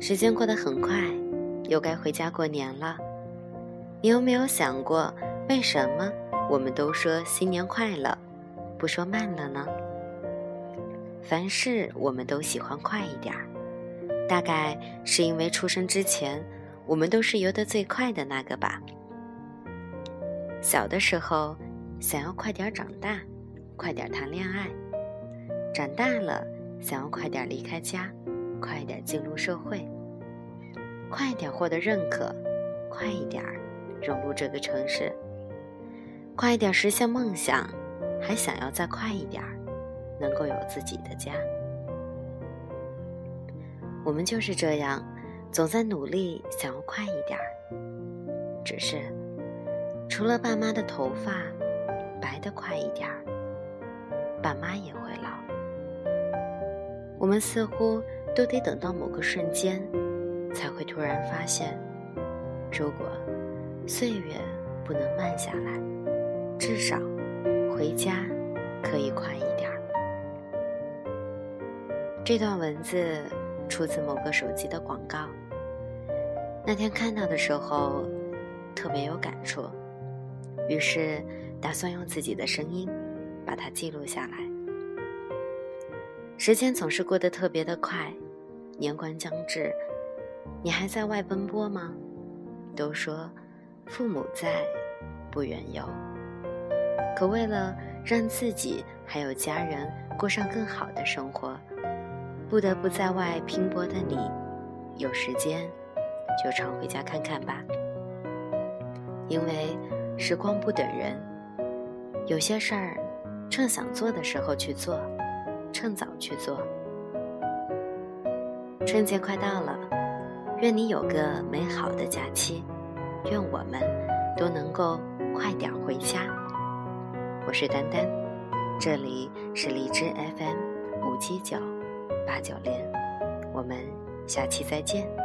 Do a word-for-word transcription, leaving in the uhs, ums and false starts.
时间过得很快，又该回家过年了。你有没有想过，为什么我们都说新年快乐，不说慢了呢？凡事我们都喜欢快一点儿，大概是因为出生之前，我们都是游得最快的那个吧。小的时候，想要快点长大，快点谈恋爱；长大了，想要快点离开家，快点进入社会，快点获得认可，快一点融入这个城市，快一点实现梦想，还想要再快一点能够有自己的家。我们就是这样，总在努力想要快一点，只是除了爸妈的头发白得快一点，爸妈也会老。我们似乎都得等到某个瞬间，才会突然发现，如果岁月不能慢下来，至少回家可以快一点。这段文字出自某个手机的广告，那天看到的时候特别有感触，于是打算用自己的声音把它记录下来。时间总是过得特别的快，年关将至，你还在外奔波吗？都说父母在，不远游，可为了让自己还有家人过上更好的生活，不得不在外拼搏的你，有时间就常回家看看吧。因为时光不等人，有些事儿趁想做的时候去做，趁早去做。春节快到了，愿你有个美好的假期，愿我们都能够快点回家。我是丹丹，这里是荔枝 F M 五七九八九零，我们下期再见。